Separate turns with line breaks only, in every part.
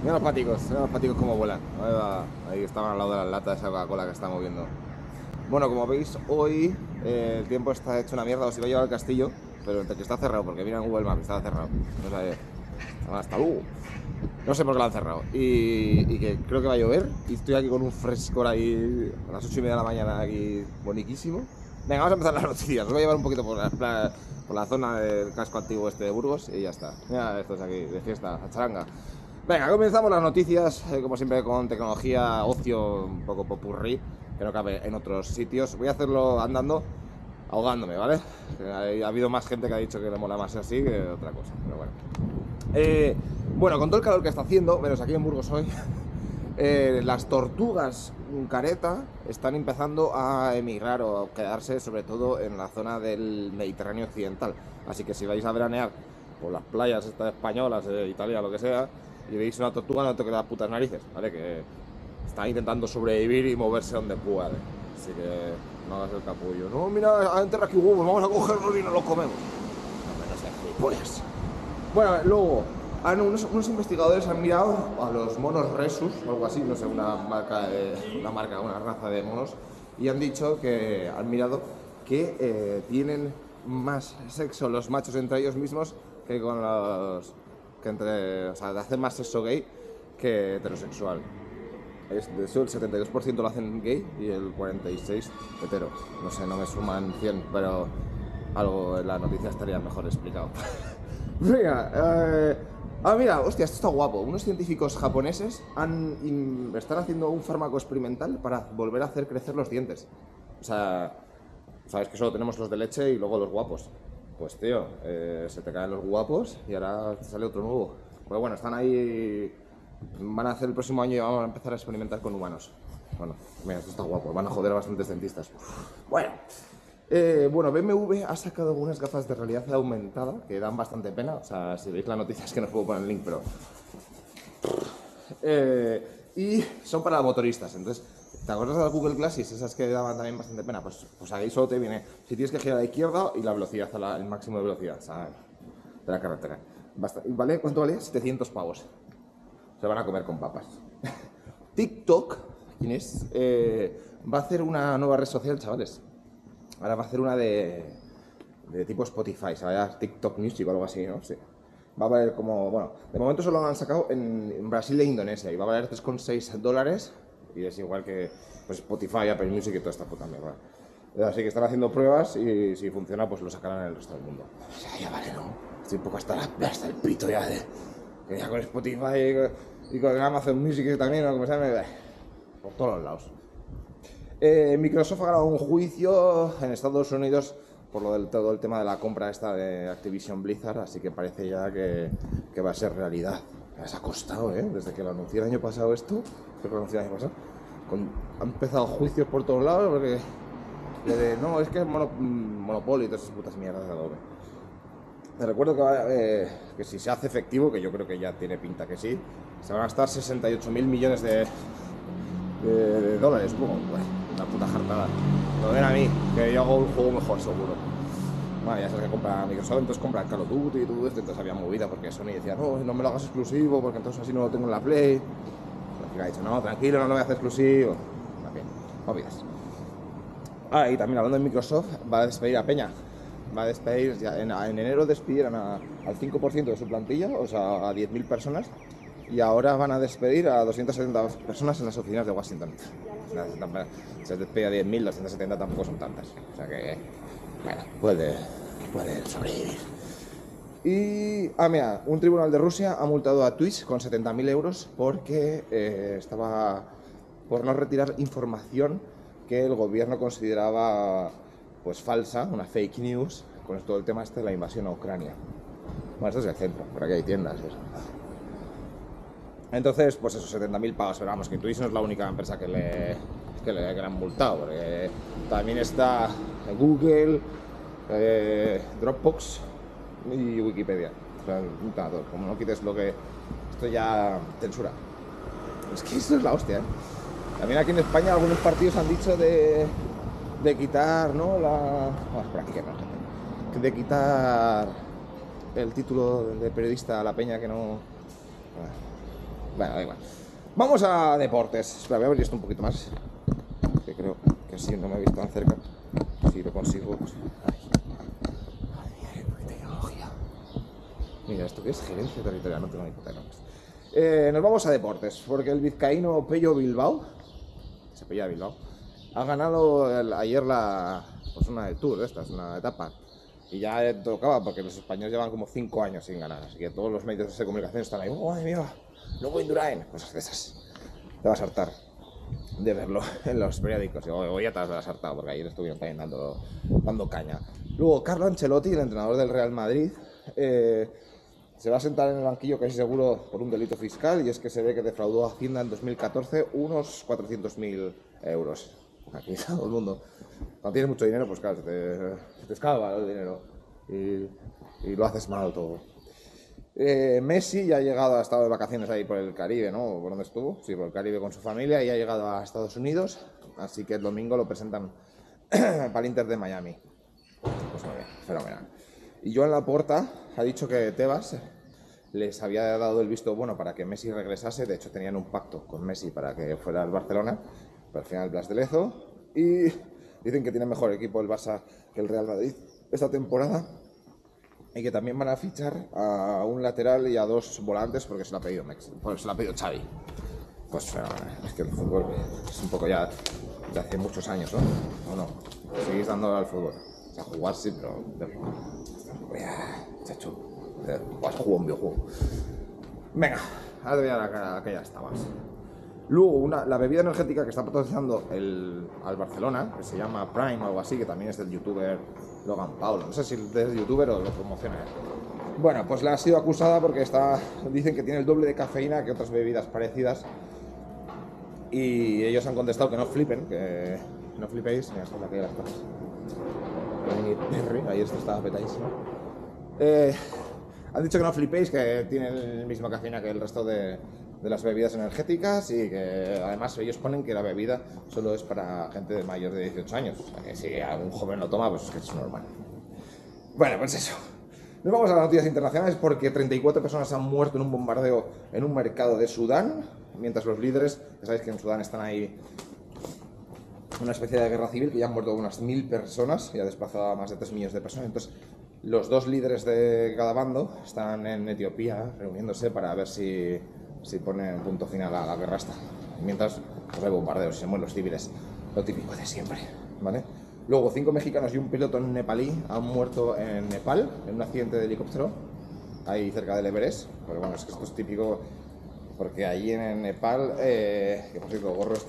mira los paticos como vuelan. Ahí estaban al lado de las latas de esa Coca-Cola que estamos viendo. Bueno, como veis, hoy el tiempo está hecho una mierda. Os iba a llevar al castillo, pero entre que está cerrado, porque mira en Google Maps, estaba cerrado. No sé, hasta luego. No sé por qué lo han cerrado. Y que creo que va a llover. Y estoy aquí con un frescor ahí a las 8:30 de la mañana, aquí boniquísimo. Venga, vamos a empezar las noticias. Os voy a llevar un poquito por la zona del casco antiguo este de Burgos y ya está. Mira, esto es aquí, de fiesta, a charanga. Venga, comenzamos las noticias, como siempre con tecnología, ocio, un poco popurrí, que no cabe en otros sitios. Voy a hacerlo andando, ahogándome, ¿vale? Ha habido más gente que ha dicho que le mola más así que otra cosa, pero bueno. Bueno, con todo el calor que está haciendo, menos aquí en Burgos hoy, las tortugas careta están empezando a emigrar o a quedarse sobre todo en la zona del Mediterráneo occidental. Así que si vais a veranear por las playas estas españolas, de Italia, lo que sea, y veis una tortuga, no te queda putas narices, ¿vale? Que está intentando sobrevivir y moverse donde puede. Así que no hagas el capullo. No, mira, han enterrado aquí huevos, vamos a cogerlos y nos los comemos. No seas gilipollas. Bueno, luego, unos investigadores han mirado a los monos Rhesus, o algo así, no sé, una raza de monos, y han dicho que han mirado que tienen más sexo los machos entre ellos mismos que con los o sea, hacen más sexo gay que heterosexual. De eso el 72% lo hacen gay y el 46% hetero. No sé, no me suman 100, pero algo en la noticia estaría mejor explicado. Venga, mira, hostia, esto está guapo. Unos científicos japoneses están haciendo un fármaco experimental para volver a hacer crecer los dientes. O sea, sabes que solo tenemos los de leche y luego los guapos. Pues tío, se te caen los guapos y ahora te sale otro nuevo. Pero bueno, están ahí. Van a hacer el próximo año y vamos a empezar a experimentar con humanos. Bueno, mira, esto está guapo. Van a joder a bastantes dentistas. Bueno. Bueno, BMW ha sacado algunas gafas de realidad aumentada que dan bastante pena. O sea, si veis la noticia es que no os puedo poner el link, pero... y son para motoristas. Entonces, ¿te acuerdas de las Google Glasses? Esas que daban también bastante pena. Pues ahí solo te viene, si tienes que girar a la izquierda y la velocidad, el máximo de velocidad, o sea, de la carretera. ¿Vale? ¿Cuánto vale? 700 pavos. Se van a comer con papas. TikTok, ¿quién es? Va a hacer una nueva red social, chavales. Ahora va a hacer una de tipo Spotify, se va a llamar TikTok Music o algo así, ¿no? Sí. Va a valer como, bueno, de momento solo lo han sacado en Brasil e Indonesia y va a valer $3,6 y es igual que pues, Spotify, Apple Music y toda esta puta mierda. Así que están haciendo pruebas y si funciona pues lo sacarán en el resto del mundo. O sea, ya vale, ¿no? Estoy un poco hasta el pito ya de... Que ya con Spotify y con Amazon Music también, o como se llame, por todos los lados. Microsoft ha ganado un juicio en Estados Unidos por todo el tema de la compra esta de Activision Blizzard, así que parece ya que va a ser realidad. Les ha costado, desde que lo anuncié el año pasado esto, creo que lo anuncié el año pasado, han empezado juicios por todos lados, porque no, es que es monopolio y todas esas putas mierdas de Adobe. Te recuerdo que si se hace efectivo, que yo creo que ya tiene pinta que sí, se van a gastar 68.000 millones de dólares, supongo. Una puta jartada. No ven a mí, que yo hago un juego mejor, seguro. Bueno, ya sabes que compra Microsoft, entonces compra Call of Duty y todo esto, entonces había movida porque Sony decía, no me lo hagas exclusivo, porque entonces así no lo tengo en la Play. Al final ha dicho, no, tranquilo, no lo voy a hacer exclusivo. En fin, movidas. Y también hablando de Microsoft, va a despedir a Peña. Va a despedir, ya en enero despidieron al 5% de su plantilla, o sea, a 10.000 personas. Y ahora van a despedir a 270 personas en las oficinas de Washington. Se despide a 10.000, 270 tampoco son tantas. O sea que, bueno, puede sobrevivir. Y, mira, un tribunal de Rusia ha multado a Twitch con 70.000 euros porque estaba por no retirar información que el gobierno consideraba pues falsa, una fake news, con todo el tema de la invasión a Ucrania. Bueno, esto es el centro, por aquí hay tiendas y eso. Entonces, pues esos 70.000 pavos, pero vamos, que Twitch no es la única empresa que le han multado, porque también está Google, Dropbox y Wikipedia. O sea, como no quites lo que... Esto ya censura. Es que eso es la hostia, ¿eh? También aquí en España algunos partidos han dicho de quitar, ¿no? Por aquí que no, de quitar el título de periodista a la peña que no... Bueno, da igual. Vamos a deportes. Espera, voy a abrir esto un poquito más. Que creo que así no me he visto tan cerca. Si lo consigo, pues... Ay, tecnología. Mira, ¿esto qué es? Gerencia territorial, no tengo ni puta idea. Nos vamos a deportes, porque el vizcaíno Pello Bilbao, se apellida Bilbao, ha ganado ayer pues una Tour de estas, una etapa. Y ya tocaba, porque los españoles llevan como 5 años sin ganar, así que todos los medios de comunicación están ahí, ¡oh, madre mía! ¡Luego Indurain! Cosas de esas. Te vas a hartar de verlo en los periódicos. Y hoy ya te has hartado, porque ayer estuvieron también dando caña. Luego, Carlo Ancelotti, el entrenador del Real Madrid, se va a sentar en el banquillo casi seguro por un delito fiscal, y es que se ve que defraudó a Hacienda en 2014 unos 400.000 euros. Aquí está todo el mundo. Cuando tienes mucho dinero, pues claro, se te escapa el dinero y lo haces mal todo. Messi ya ha llegado, ha estado de vacaciones ahí por el Caribe, ¿no? ¿Por dónde estuvo? Sí, por el Caribe con su familia, y ha llegado a Estados Unidos, así que el domingo lo presentan para el Inter de Miami. Pues muy bien, fenomenal. Y Joan Laporta ha dicho que Tebas les había dado el visto bueno para que Messi regresase. De hecho, tenían un pacto con Messi para que fuera al Barcelona, pero al final Blas de Lezo. Y dicen que tiene mejor equipo el Barça que el Real Madrid esta temporada, y que también van a fichar a un lateral y a 2 volantes porque se lo ha pedido Xavi. Pues es que el fútbol es un poco ya de hace muchos años, ¿no? ¿O no? Seguís dándole al fútbol. O sea, jugar sí, pero... Chacho, vas a jugar un videojuego. Venga, ahora te voy a dar que ya estabas. Luego, la bebida energética que está patrocinando al Barcelona, que se llama Prime o algo así, que también es del youtuber Logan Paul. No sé si es del youtuber o lo promociona él. Bueno, pues le ha sido acusada porque dicen que tiene el doble de cafeína que otras bebidas parecidas. Y ellos han contestado que no flipen, que no flipéis. Mira, esto es la que hay las cosas. Ahí esto está petadísimo. Han dicho que no flipéis, que tienen la misma cafeína que el resto de las bebidas energéticas, y que además ellos ponen que la bebida solo es para gente de mayor de 18 años. O sea, que si algún joven lo toma, pues es que es normal. Bueno, pues eso. Nos vamos a las noticias internacionales, porque 34 personas han muerto en un bombardeo en un mercado de Sudán, mientras los líderes, ya sabéis que en Sudán están ahí una especie de guerra civil, que ya han muerto unas 1000 personas y ha desplazado a más de 3 millones de personas. Entonces, los 2 líderes de cada bando están en Etiopía reuniéndose para ver si ponen punto final a la guerra esta. Mientras, pues hay bombardeos y se mueren los civiles, lo típico de siempre, ¿vale? Luego, 5 mexicanos y un piloto nepalí han muerto en Nepal en un accidente de helicóptero ahí cerca del Everest. Porque bueno, es que esto es típico, porque allí en Nepal, que por cierto, gorro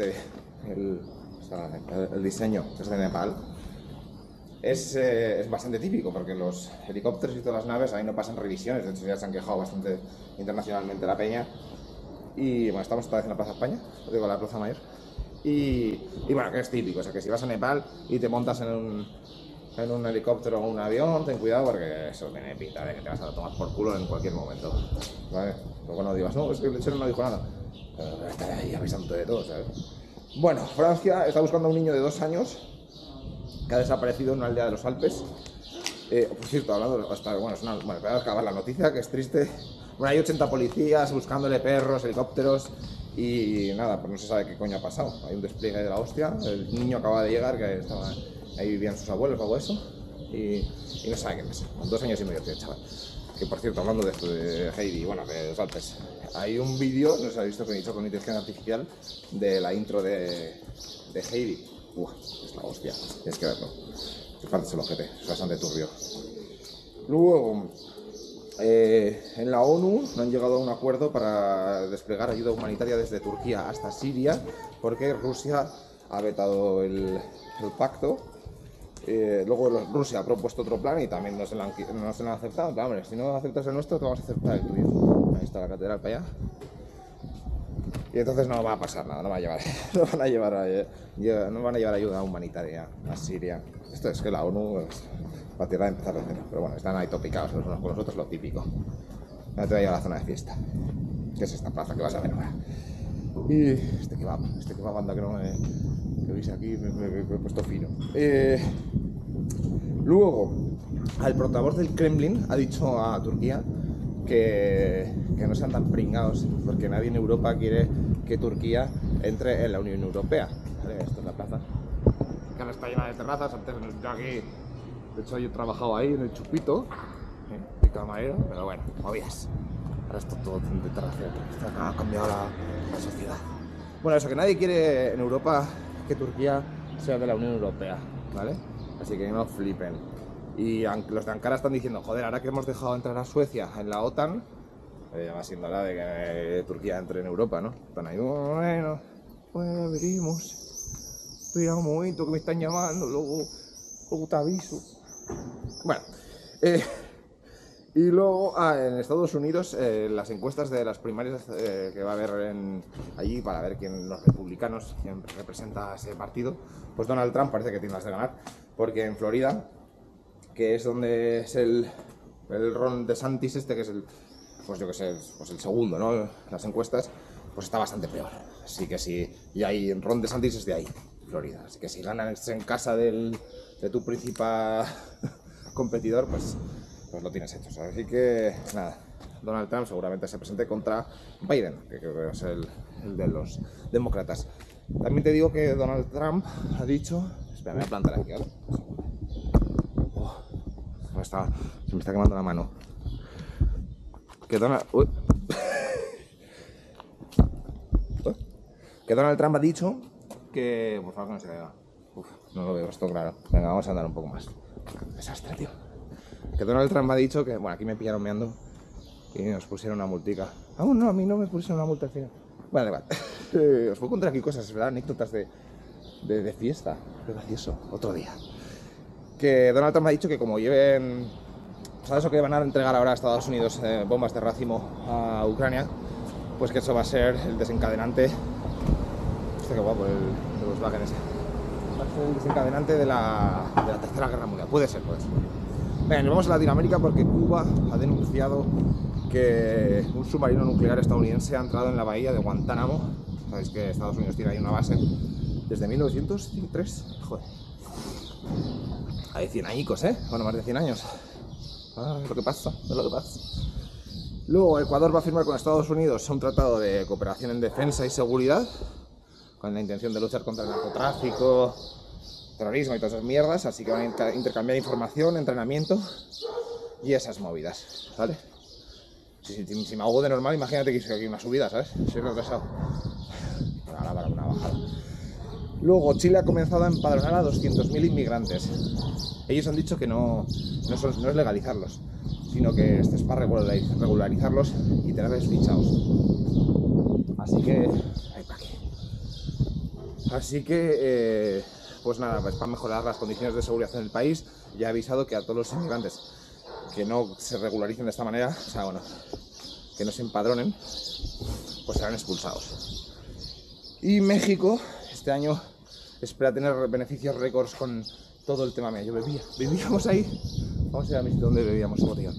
el diseño es de Nepal, es bastante típico, porque los helicópteros y todas las naves ahí no pasan revisiones. De hecho, ya se han quejado bastante internacionalmente la peña. Y bueno, estamos otra vez en la Plaza España, digo, la Plaza Mayor. Y bueno, que es típico, o sea, que si vas a Nepal y te montas en un helicóptero o un avión, ten cuidado, porque eso tiene pinta de que te vas a tomar por culo en cualquier momento, ¿vale? Luego no digas, no, es que el lechero no dijo nada, pero estar ahí avisándote de todo, ¿sabes? Bueno, Francia está buscando a un niño de 2 años que ha desaparecido en una aldea de los Alpes. Por cierto, hablando, voy a acabar la noticia, que es triste. Bueno, hay 80 policías buscándole, perros, helicópteros, y nada, pues no se sabe qué coño ha pasado. Hay un despliegue de la hostia. El niño acaba de llegar, que estaba ahí, vivían sus abuelos o algo de eso, y no sabe qué pasa. Con 2 años y medio tiene el chaval. Que por cierto, hablando de esto de Heidi, bueno, de los Alpes, hay un vídeo, no sé si habéis visto, que he hecho con inteligencia artificial, de la intro de Heidi. Es la hostia, tienes que verlo. Que partes el ojete, es bastante turbio. Luego, en la ONU no han llegado a un acuerdo para desplegar ayuda humanitaria desde Turquía hasta Siria, porque Rusia ha vetado el pacto. Luego Rusia ha propuesto otro plan y también no se lo han aceptado. Pero, hombre, si no aceptas el nuestro, te vamos a aceptar el tuyo. Ahí está la catedral para allá. Y entonces no va a pasar nada, no van a llevar ayuda humanitaria a Siria. Esto es que la ONU va a tirar a empezar de cero. Pero bueno, están ahí topicados los unos con los otros, lo típico. Ya te voy a llevar a la zona de fiesta, que es esta plaza que vas a ver ahora. Y este kebab anda que veis aquí, me he puesto fino. Luego, el portavoz del Kremlin ha dicho a Turquía que que no sean tan pringados, porque nadie en Europa quiere que Turquía entre en la Unión Europea. ¿Vale? Esta es la plaza, que ahora está llena de terrazas. Antes yo aquí, de hecho yo he trabajado ahí en el Chupito, de camarero, pero bueno, movías. Ahora esto todo de terraza, ha cambiado la sociedad. Bueno, eso, que nadie quiere en Europa que Turquía sea de la Unión Europea, ¿vale? Así que no flipen. Y los de Ankara están diciendo, joder, ahora que hemos dejado entrar a Suecia en la OTAN, ya va siendo hora de que Turquía entre en Europa, ¿no? Están ahí, bueno, pues veremos. Espera un momento que me están llamando, luego te aviso. Bueno, y luego en Estados Unidos, las encuestas de las primarias que va a haber allí para ver los republicanos, quién representa a ese partido, pues Donald Trump parece que tiene las de ganar, porque en Florida, que es donde es el Ron DeSantis que es pues yo que sé, pues el segundo, ¿no? Las encuestas, pues está bastante peor. Así que sí, y ahí Ron DeSantis es de ahí, Florida. Así que si ganas en casa de tu principal competidor, pues lo tienes hecho, ¿sabes? Así que nada, Donald Trump seguramente se presente contra Biden, que creo que es el de los demócratas. También te digo que Donald Trump ha dicho... Espera, me voy a plantar aquí, ¿vale? Se me está quemando la mano. Que Donald Trump ha dicho que... Por favor, que no se caiga. No lo veo esto claro. Venga, vamos a andar un poco más. Desastre, tío. Que Donald Trump ha dicho que... Bueno, aquí me pillaron meando y nos pusieron una multica. No, a mí no me pusieron una multa al final. Vale. Os puedo contar aquí cosas, ¿verdad? Anécdotas de fiesta. Qué gracioso. Otro día. Que Donald Trump ha dicho que como lleven... ¿Sabes eso que van a entregar ahora a Estados Unidos bombas de racimo a Ucrania? Pues que eso va a ser el desencadenante... Hostia, qué guapo el Volkswagen ese. Va a ser el desencadenante de la Tercera Guerra Mundial. Puede ser. Venga, nos vamos a Latinoamérica porque Cuba ha denunciado que un submarino nuclear estadounidense ha entrado en la bahía de Guantánamo. Sabéis que Estados Unidos tiene ahí una base desde 1903. Joder. Hay 100 añicos, Bueno, más de 100 años. Es lo que pasa. Luego, Ecuador va a firmar con Estados Unidos un tratado de cooperación en defensa y seguridad con la intención de luchar contra el narcotráfico, terrorismo y todas esas mierdas, así que van a intercambiar información, entrenamiento y esas movidas, ¿vale? Si me hago de normal, imagínate que hay una subida, ¿sabes? Soy retrasado. Para una bajada. Luego, Chile ha comenzado a empadronar a 200.000 inmigrantes. Ellos han dicho que no es legalizarlos, sino que esto es para regularizarlos y tenerles fichados. Así que, pues nada, pues para mejorar las condiciones de seguridad en el país, ya he avisado que a todos los inmigrantes que no se regularicen de esta manera, o sea, bueno, que no se empadronen, pues serán expulsados. Y México, este año, espera tener beneficios récords con todo el tema. Mira, yo vivíamos ahí. Vamos a ir a mi sitio donde bebíamos botellón.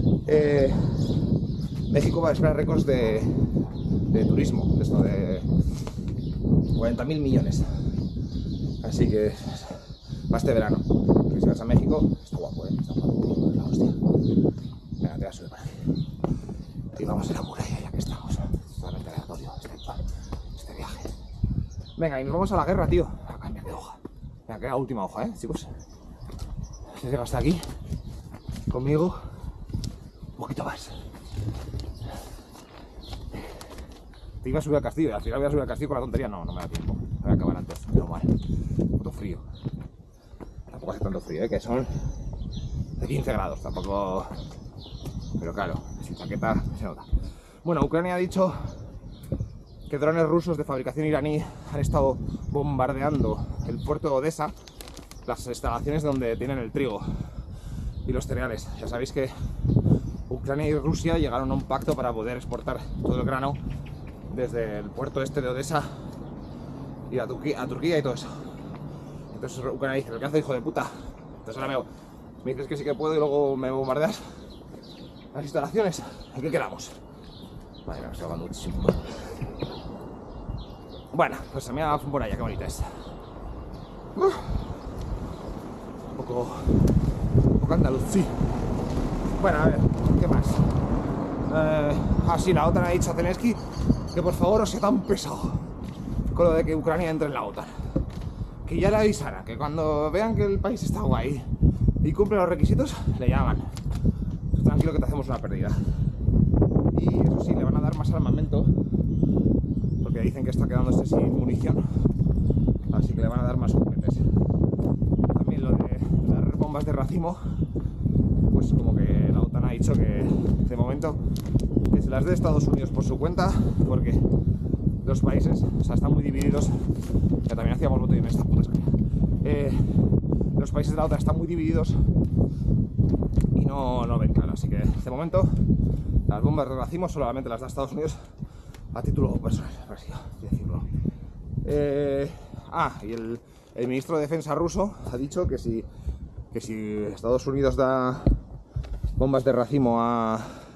México va a esperar récords de turismo, de 40.000 millones. Así que va este verano. Si vas a México, está guapo, está guapo. La hostia. Venga, te voy a subir para aquí. Y vamos a la muralla, ya que estamos. Totalmente aleatorio este viaje. Venga, y nos vamos a la guerra, tío. A cambiar de hoja. Venga, que es la última hoja, chicos. Si llega hasta aquí, conmigo, un poquito más. Te iba a subir al castillo, y al final voy a subir al castillo con la tontería. No me da tiempo. Voy a acabar antes, pero mal. Puto frío. Tampoco hace tanto frío, que son de 15 grados, tampoco. Pero claro, sin chaqueta se nota. Bueno, Ucrania ha dicho que drones rusos de fabricación iraní han estado bombardeando el puerto de Odessa, las instalaciones donde tienen el trigo y los cereales. Ya sabéis que Ucrania y Rusia llegaron a un pacto para poder exportar todo el grano desde el puerto este de Odessa y a Turquía y todo eso. Entonces Ucrania dice, ¿qué haces, hijo de puta? Entonces ahora me dices que sí que puedo y luego me bombardeas las instalaciones. ¿En qué quedamos? Vale, me estoy ahogando muchísimo. Bueno, pues se me ha por allá, qué bonita es. Un poco andaluz, sí. Bueno, a ver, ¿qué más? Sí, la OTAN ha dicho a Zelensky que por favor no sea tan pesado con lo de que Ucrania entre en la OTAN. Que ya le avisara, que cuando vean que el país está guay y cumple los requisitos, le llaman. Tranquilo que te hacemos una pérdida. Y eso sí, le van a dar más armamento, porque dicen que está quedándose sin munición, así que le van a dar más juguetes. También lo de las bombas de racimo, pues como que la OTAN ha dicho que de momento que se las dé Estados Unidos por su cuenta, porque los países, o sea, están muy divididos, que también hacíamos voto en esta puta escala. Los países de la OTAN están muy divididos y no ven claro, así que de momento las bombas de racimo solamente las da Estados Unidos a título personal, por así decirlo. Y el ministro de Defensa ruso ha dicho que si Estados Unidos da bombas de racimo a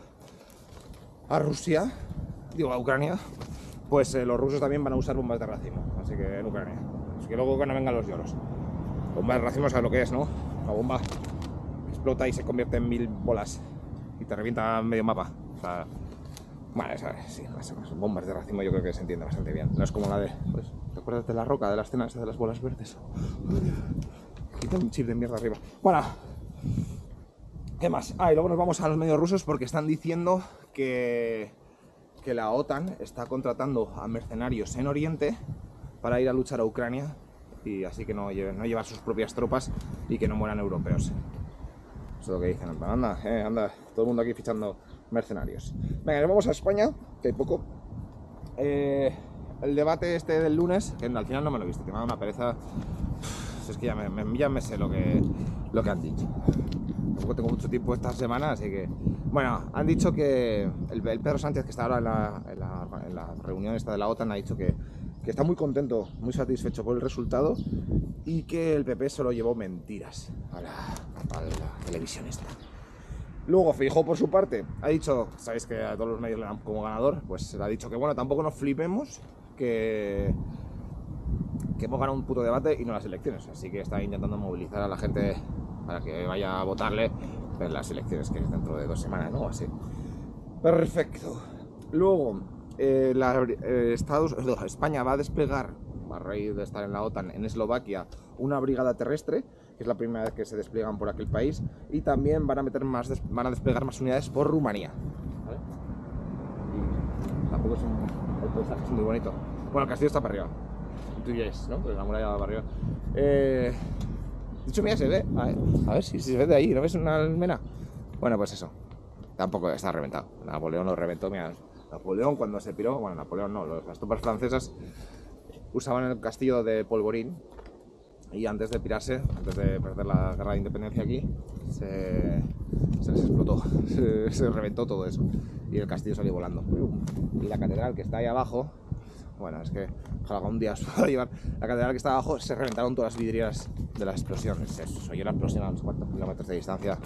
Rusia, digo a Ucrania, pues los rusos también van a usar bombas de racimo, así que en Ucrania. Así que luego que no vengan los lloros. Bombas de racimo, ¿sabes lo que es, no? Una bomba que explota y se convierte en 1000 bolas y te revienta medio mapa. O sea, vale, ¿sabes? Sí, las bombas de racimo yo creo que se entiende bastante bien. No es como la de, pues, ¿te acuerdas de la roca, de la escena esa de las bolas verdes? Quita un chip de mierda arriba. Bueno, ¿qué más? Y luego nos vamos a los medios rusos porque están diciendo que la OTAN está contratando a mercenarios en Oriente para ir a luchar a Ucrania y así que no llevar sus propias tropas y que no mueran europeos. Eso es lo que dicen. Anda, todo el mundo aquí fichando mercenarios. Venga, nos vamos a España, que hay poco. El debate este del lunes, que al final no me lo he visto, que me da una pereza. Es que ya me sé lo que han dicho. Tampoco tengo mucho tiempo esta semana, así que... Bueno, han dicho que el Pedro Sánchez, que está ahora en la reunión esta de la OTAN, ha dicho que está muy contento, muy satisfecho por el resultado y que el PP se lo llevó mentiras a la televisión esta. Luego Feijóo, por su parte, ha dicho, sabéis que a todos los medios le dan como ganador, pues ha dicho que bueno, tampoco nos flipemos, que hemos ganado un puto debate y no las elecciones, así que está intentando movilizar a la gente para que vaya a votarle en las elecciones, que es dentro de 2 semanas, ¿no? Así. Perfecto. Luego, España va a desplegar, a raíz de estar en la OTAN, en Eslovaquia, una brigada terrestre, que es la primera vez que se despliegan por aquel país, y también van a desplegar más unidades por Rumanía. ¿Vale? Y tampoco el paisaje es muy bonito. Bueno, el castillo está para arriba. Tú dices, ¿no? Pero la muralla va para arriba. De hecho, mira, se ve. A ver si se ve de ahí. ¿No ves una almena? Bueno, pues eso. Tampoco está reventado. Napoleón lo reventó. Mira, Napoleón cuando se piró. Bueno, Napoleón no. Las tropas francesas usaban el castillo de Polvorín. Y antes de pirarse, antes de perder la guerra de independencia aquí, se les explotó. Se reventó todo eso. Y el castillo salió volando. Y la catedral que está ahí abajo. Bueno, es que ojalá algún día os pueda llevar. La catedral que está abajo, se reventaron todas las vidrieras de las explosiones. Se oyó la explosión a unos cuantos kilómetros de distancia.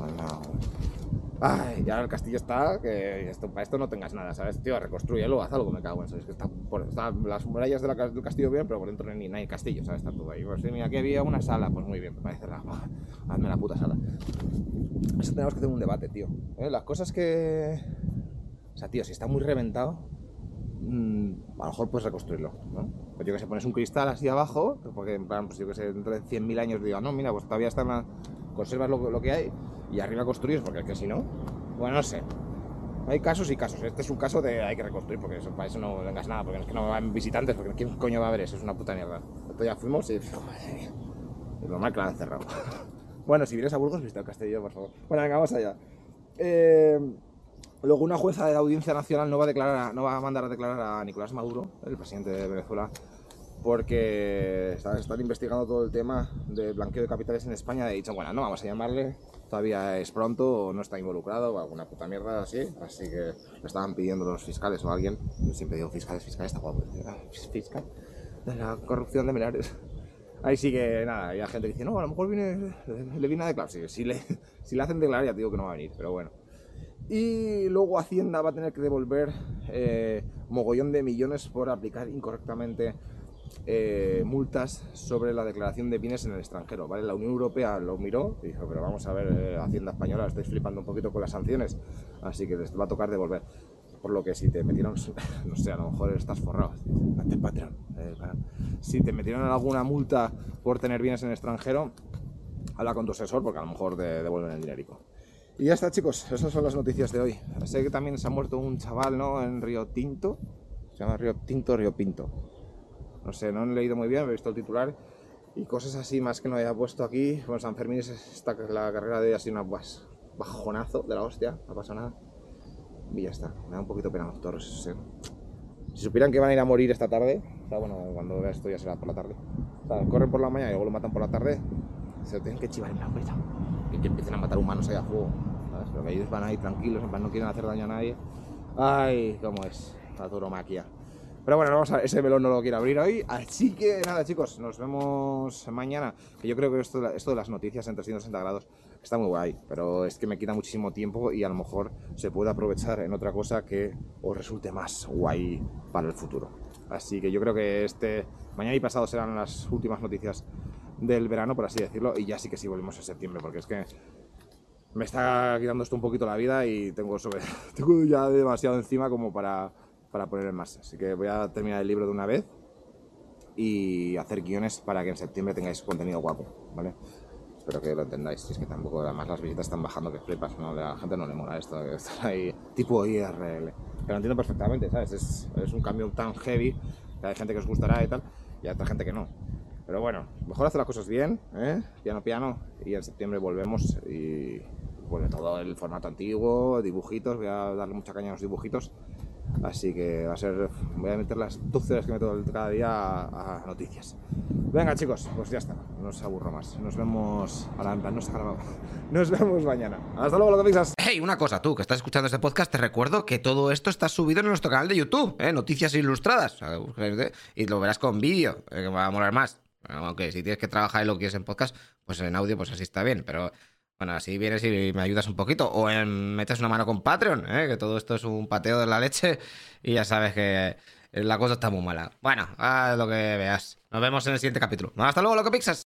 Ay, ya el castillo está, que para esto no tengas nada, ¿sabes? Tío, reconstrúyelo, haz algo, me cago en eso. Es que están las murallas del castillo bien, pero por dentro no hay castillo, ¿sabes? Está todo ahí. Pues mira, aquí había una sala, pues muy bien, me parece hazme la puta sala. Eso tenemos que tener un debate, tío. Las cosas que... O sea, tío, si está muy reventado, a lo mejor puedes reconstruirlo, ¿no? Pues yo que sé, pones un cristal así abajo, porque en plan, pues yo que sé, dentro de 100.000 años diga, no, mira, pues todavía está conservas lo que hay y arriba construyes, porque es que si no, bueno, no sé. Hay casos y casos. Este es un caso de hay que reconstruir, porque para eso no vengas nada, porque es que no van visitantes, porque ¿quién coño va a ver eso? Es una puta mierda. Nosotros ya fuimos y... Es normal que la han cerrado. Bueno, si vienes a Burgos, visita el castillo, por favor. Bueno, venga, vamos allá. Luego una jueza de la Audiencia Nacional no va a mandar a declarar a Nicolás Maduro, el presidente de Venezuela, porque están investigando todo el tema de blanqueo de capitales en España. He dicho, bueno, no vamos a llamarle, todavía es pronto, o no está involucrado, o alguna puta mierda así que le estaban pidiendo los fiscales o alguien. Yo siempre digo fiscal está guapo, fiscal de la corrupción de menores. Ahí sí que nada, hay gente que dice, no, a lo mejor le viene a declarar. Si le hacen declarar, ya te digo que no va a venir, pero bueno. Y luego Hacienda va a tener que devolver mogollón de millones por aplicar incorrectamente multas sobre la declaración de bienes en el extranjero, ¿vale? La Unión Europea lo miró y dijo, pero vamos a ver, Hacienda Española, estáis flipando un poquito con las sanciones, así que les va a tocar devolver. Por lo que si te metieron, no sé, a lo mejor estás forrado, date Patreon, si te metieron alguna multa por tener bienes en el extranjero, habla con tu asesor porque a lo mejor te devuelven el dinerico. Y ya está, chicos, esas son las noticias de hoy. Sé que también se ha muerto un chaval, ¿no? En Río Tinto, se llama Río Tinto, Río Pinto. No sé, no he leído muy bien, he visto el titular y cosas así más que no haya puesto aquí. Bueno, San Fermín es la carrera de hoy, ha sido un bajonazo de la hostia, no pasa nada. Y ya está, me da un poquito pena los toros. Si supieran que van a ir a morir esta tarde, o sea, bueno, cuando vea esto ya será por la tarde. O sea, corren por la mañana y luego lo matan por la tarde, se lo tienen que chivar en la cabeza. Que empiecen a matar humanos ahí a fuego, ¿sabes? Pero que ellos van ahí tranquilos, en plan no quieren hacer daño a nadie. Ay, cómo es la tauromaquia. Pero bueno, vamos a ver, ese melón no lo quiero abrir hoy. Así que nada, chicos, nos vemos mañana. Que yo creo que esto de las noticias en 360 grados está muy guay, pero es que me quita muchísimo tiempo y a lo mejor se puede aprovechar en otra cosa que os resulte más guay para el futuro. Así que yo creo que mañana y pasado serán las últimas noticias del verano, por así decirlo, y ya sí que sí volvemos en septiembre, porque es que me está quitando esto un poquito la vida y tengo ya demasiado encima como para poner en marcha. Así que voy a terminar el libro de una vez y hacer guiones para que en septiembre tengáis contenido guapo, ¿vale? Espero que lo entendáis. Si es que tampoco, además las visitas están bajando que flipas, ¿no? A la gente no le mola esto, que está ahí tipo IRL. Pero lo entiendo perfectamente, ¿sabes? Es un cambio tan heavy que hay gente que os gustará y tal, y hay otra gente que no. Pero bueno, mejor hacer las cosas bien, piano, y en septiembre volvemos y vuelve todo el formato antiguo, dibujitos, voy a darle mucha caña a los dibujitos. Así que voy a meter las 12 horas que meto cada día a noticias. Venga, chicos, pues ya está, no os aburro más. Nos vemos, ahora en plan no se ha grabado. Nos vemos mañana. Hasta luego, lo que piensas.
Hey, una cosa, tú que estás escuchando este podcast, te recuerdo que todo esto está subido en nuestro canal de YouTube, Noticias Ilustradas. Y lo verás con vídeo, que va a molar más. Aunque si tienes que trabajar y lo quieres en podcast, pues en audio, pues así está bien. Pero bueno, así vienes y me ayudas un poquito. O metes una mano con Patreon, que todo esto es un pateo de la leche. Y ya sabes que la cosa está muy mala. Bueno, haz lo que veas. Nos vemos en el siguiente capítulo. Hasta luego, loco pixas.